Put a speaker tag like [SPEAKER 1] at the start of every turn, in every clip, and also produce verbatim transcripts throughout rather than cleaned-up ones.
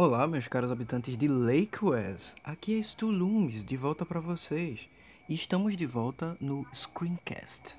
[SPEAKER 1] Olá, meus caros habitantes de Lake West. Aqui é Stu Loomis, de volta para vocês. E estamos de volta no Screencast.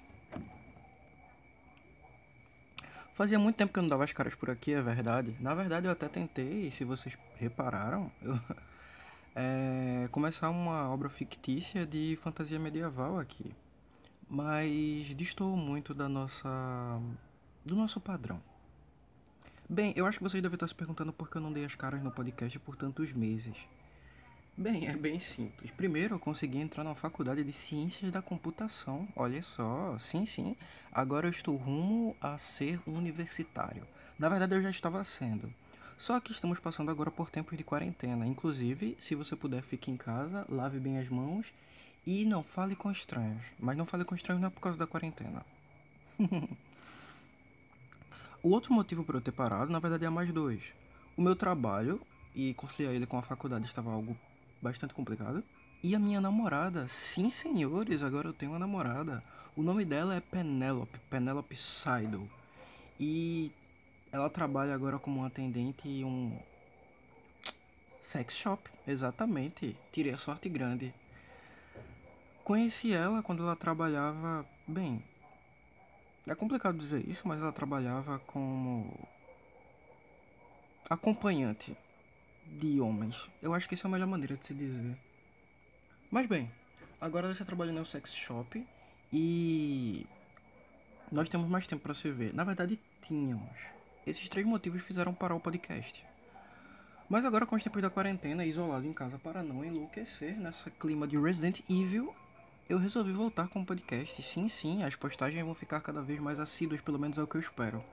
[SPEAKER 1] Fazia muito tempo que eu não dava as caras por aqui, é verdade. Na verdade, eu até tentei, se vocês repararam, eu, é, começar uma obra fictícia de fantasia medieval aqui. Mas destoou muito da nossa, do nosso padrão. Bem, eu acho que vocês devem estar se perguntando por que eu não dei as caras no podcast por tantos meses. Bem, é bem simples. Primeiro, eu consegui entrar na faculdade de Ciências da Computação. Olha só, sim, sim. Agora eu estou rumo a ser um universitário. Na verdade, eu já estava sendo. Só que estamos passando agora por tempos de quarentena. Inclusive, se você puder, fique em casa, lave bem as mãos e não fale com estranhos. Mas não fale com estranhos não é por causa da quarentena. O outro motivo para eu ter parado, na verdade, é mais dois. O meu trabalho e conciliar ele com a faculdade estava algo bastante complicado. E a minha namorada, sim senhores, agora eu tenho uma namorada. O nome dela é Penelope, Penelope Seidel. E ela trabalha agora como um atendente em um sex shop, exatamente. Tirei a sorte grande. Conheci ela quando ela trabalhava, bem, é complicado dizer isso, mas ela trabalhava como acompanhante de homens. Eu acho que essa é a melhor maneira de se dizer. Mas bem, agora você trabalha no sex shop e nós temos mais tempo para se ver. Na verdade, tínhamos. Esses três motivos fizeram parar o podcast. Mas agora, com os tempos da quarentena, isolado em casa para não enlouquecer nessa clima de Resident Evil, eu resolvi voltar com o podcast. Sim, sim, as postagens vão ficar cada vez mais assíduas, pelo menos é o que eu espero.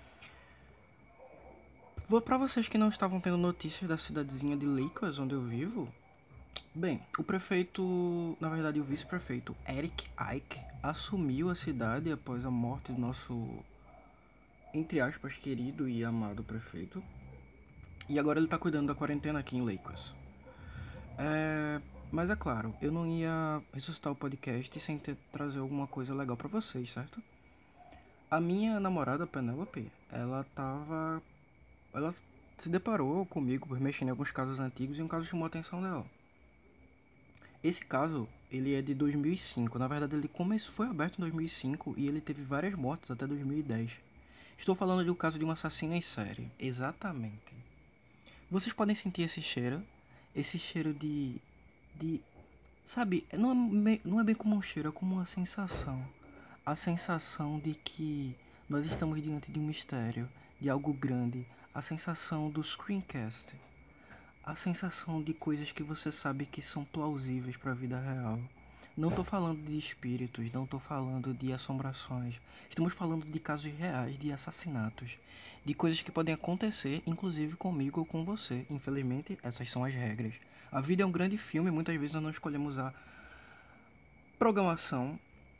[SPEAKER 1] Vou para vocês que não estavam tendo notícias da cidadezinha de Lakers, onde eu vivo. Bem, o prefeito, na verdade o vice-prefeito Eric Ike assumiu a cidade após a morte do nosso, entre aspas, querido e amado prefeito. E agora ele tá cuidando da quarentena aqui em Lakers. É, mas é claro, eu não ia ressuscitar o podcast sem ter trazer alguma coisa legal pra vocês, certo? A minha namorada Penelope, ela tava, ela se deparou comigo por mexer em alguns casos antigos e um caso chamou a atenção dela. Esse caso, ele é de dois mil e cinco. Na verdade, ele começou, foi aberto em dois mil e cinco e ele teve várias mortes até dois mil e dez. Estou falando de um caso de um assassino em série. Exatamente. Vocês podem sentir esse cheiro? Esse cheiro de... de sabe, não é, não é bem como um cheiro, é como uma sensação. A sensação de que nós estamos diante de um mistério, de algo grande. A sensação do screencast. A sensação de coisas que você sabe que são plausíveis para a vida real. Não estou falando de espíritos, não estou falando de assombrações. Estamos falando de casos reais de assassinatos, de coisas que podem acontecer, inclusive comigo ou com você. Infelizmente, essas são as regras. A vida é um grande filme e muitas vezes nós não escolhemos a programação.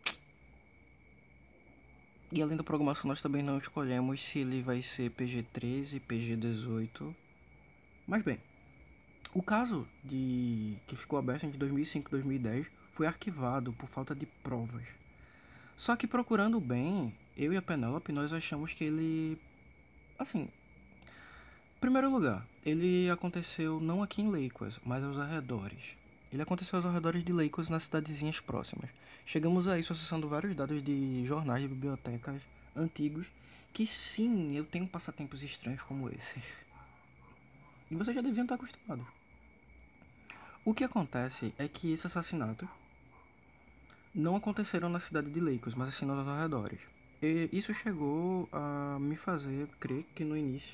[SPEAKER 1] E além da programação, nós também não escolhemos se ele vai ser P G treze, P G dezoito. Mas bem, o caso de que ficou aberto entre dois mil e cinco e dois mil e dez foi arquivado por falta de provas. Só que procurando bem, eu e a Penelope, nós achamos que ele... Assim, em primeiro lugar, ele aconteceu não aqui em Lakewood, mas aos arredores. Ele aconteceu aos arredores de Lakewood, nas cidadezinhas próximas. Chegamos a isso acessando vários dados de jornais de bibliotecas antigos, que sim, eu tenho passatempos estranhos como esse. E vocês já deviam estar acostumados. O que acontece é que esse assassinato não aconteceram na cidade de Lakers, mas assim nos arredores. E isso chegou a me fazer crer que no início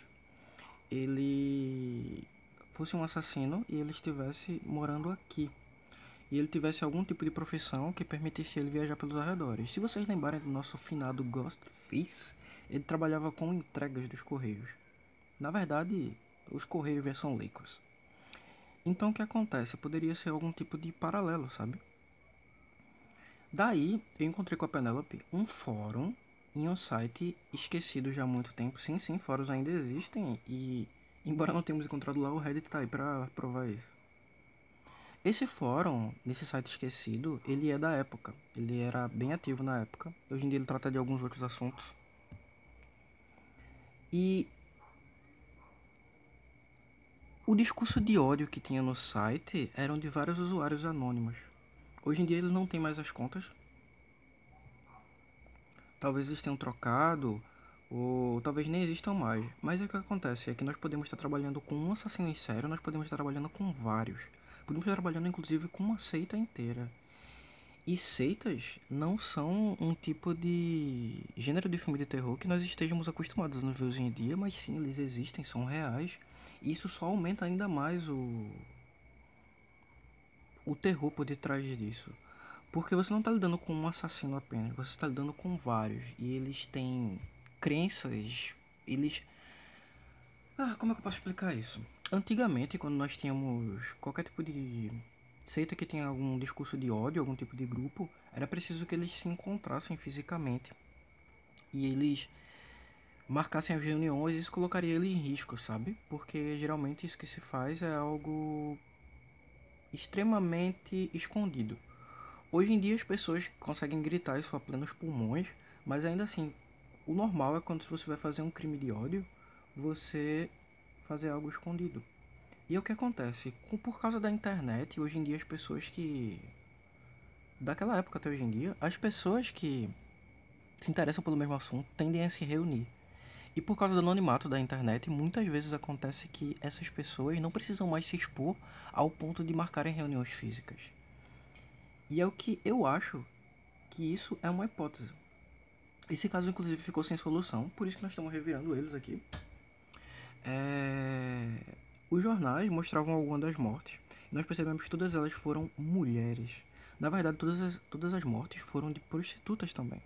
[SPEAKER 1] ele fosse um assassino e ele estivesse morando aqui. E ele tivesse algum tipo de profissão que permitisse ele viajar pelos arredores. Se vocês lembrarem do nosso finado Ghostface, ele trabalhava com entregas dos correios. Na verdade, os correios versão Lakers. Então o que acontece? Poderia ser algum tipo de paralelo, sabe? Daí, eu encontrei com a Penelope um fórum em um site esquecido já há muito tempo. Sim, sim, fóruns ainda existem e, embora não tenhamos encontrado lá, o Reddit tá aí pra provar isso. Esse fórum, nesse site esquecido, ele é da época. Ele era bem ativo na época. Hoje em dia ele trata de alguns outros assuntos. E O discurso de ódio que tinha no site eram de vários usuários anônimos. Hoje em dia eles não têm mais as contas. Talvez eles tenham trocado, ou talvez nem existam mais. Mas o que acontece é que nós podemos estar trabalhando com um assassino em série, nós podemos estar trabalhando com vários. Podemos estar trabalhando inclusive com uma seita inteira. E seitas não são um tipo de gênero de filme de terror que nós estejamos acostumados a ver hoje em dia, mas sim, eles existem, são reais. E isso só aumenta ainda mais o, o terror por detrás disso. Porque você não está lidando com um assassino apenas, você está lidando com vários. E eles têm crenças, eles... Ah, como é que eu posso explicar isso? Antigamente, quando nós tínhamos qualquer tipo de seita que tenha algum discurso de ódio, algum tipo de grupo, era preciso que eles se encontrassem fisicamente. E eles marcassem as reuniões e isso colocaria ele em risco, sabe? Porque geralmente isso que se faz é algo extremamente escondido. Hoje em dia as pessoas conseguem gritar isso a plenos pulmões, mas ainda assim, o normal é quando você vai fazer um crime de ódio, você fazer algo escondido. E é o que acontece? Por causa da internet, hoje em dia as pessoas que... Daquela época até hoje em dia, as pessoas que se interessam pelo mesmo assunto tendem a se reunir. E por causa do anonimato da internet, muitas vezes acontece que essas pessoas não precisam mais se expor ao ponto de marcarem reuniões físicas. E é o que eu acho que isso é uma hipótese. Esse caso, inclusive, ficou sem solução, por isso que nós estamos revirando eles aqui. É... Os jornais mostravam algumas das mortes, e nós percebemos que todas elas foram mulheres. Na verdade, todas as, todas as mortes foram de prostitutas também.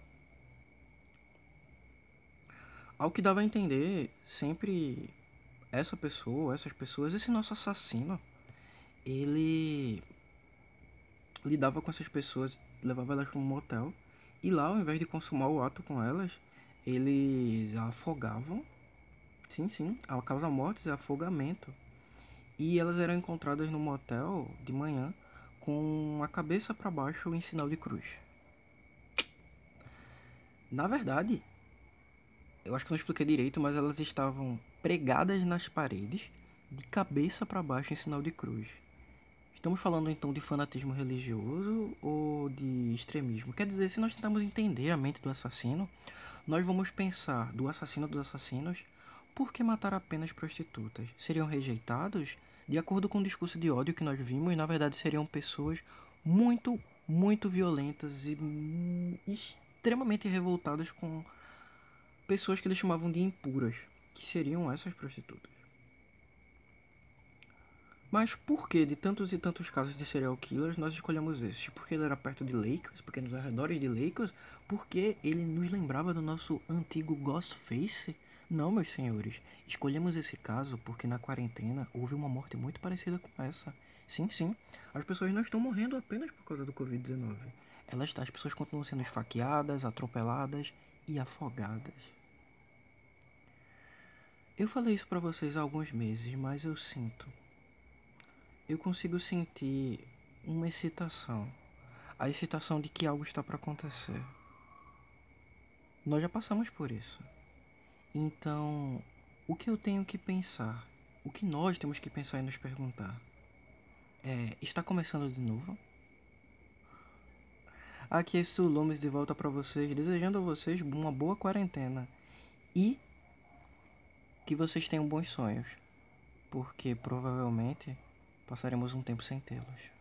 [SPEAKER 1] Ao que dava a entender, sempre essa pessoa, essas pessoas, esse nosso assassino, ele lidava com essas pessoas, levava elas para um motel, e lá, ao invés de consumar o ato com elas, eles a afogavam. Sim, sim, a causa-mortes é afogamento. E elas eram encontradas no motel de manhã com a cabeça para baixo em sinal de cruz. Na verdade, eu acho que não expliquei direito, mas elas estavam pregadas nas paredes de cabeça para baixo em sinal de cruz. Estamos falando então de fanatismo religioso ou de extremismo? Quer dizer, se nós tentarmos entender a mente do assassino, nós vamos pensar do assassino dos assassinos, por que matar apenas prostitutas? Seriam rejeitados? De acordo com o discurso de ódio que nós vimos, na verdade seriam pessoas muito, muito violentas e extremamente revoltadas com pessoas que eles chamavam de impuras, que seriam essas prostitutas. Mas por que de tantos e tantos casos de serial killers nós escolhemos este? Porque ele era perto de Lakers, porque nos arredores de Lakers, porque ele nos lembrava do nosso antigo Ghostface? Não, meus senhores, escolhemos esse caso porque na quarentena houve uma morte muito parecida com essa. Sim, sim, as pessoas não estão morrendo apenas por causa do covid dezenove. Elas, as pessoas continuam sendo esfaqueadas, atropeladas e afogadas. Eu falei isso pra vocês há alguns meses, mas eu sinto eu consigo sentir uma excitação. A excitação de que algo está para acontecer. Nós já passamos por isso. Então, o que eu tenho que pensar? O que nós temos que pensar e nos perguntar? É, está começando de novo? Aqui é Sul Lomes de volta para vocês, desejando a vocês uma boa quarentena. E que vocês tenham bons sonhos. Porque provavelmente passaremos um tempo sem tê-los.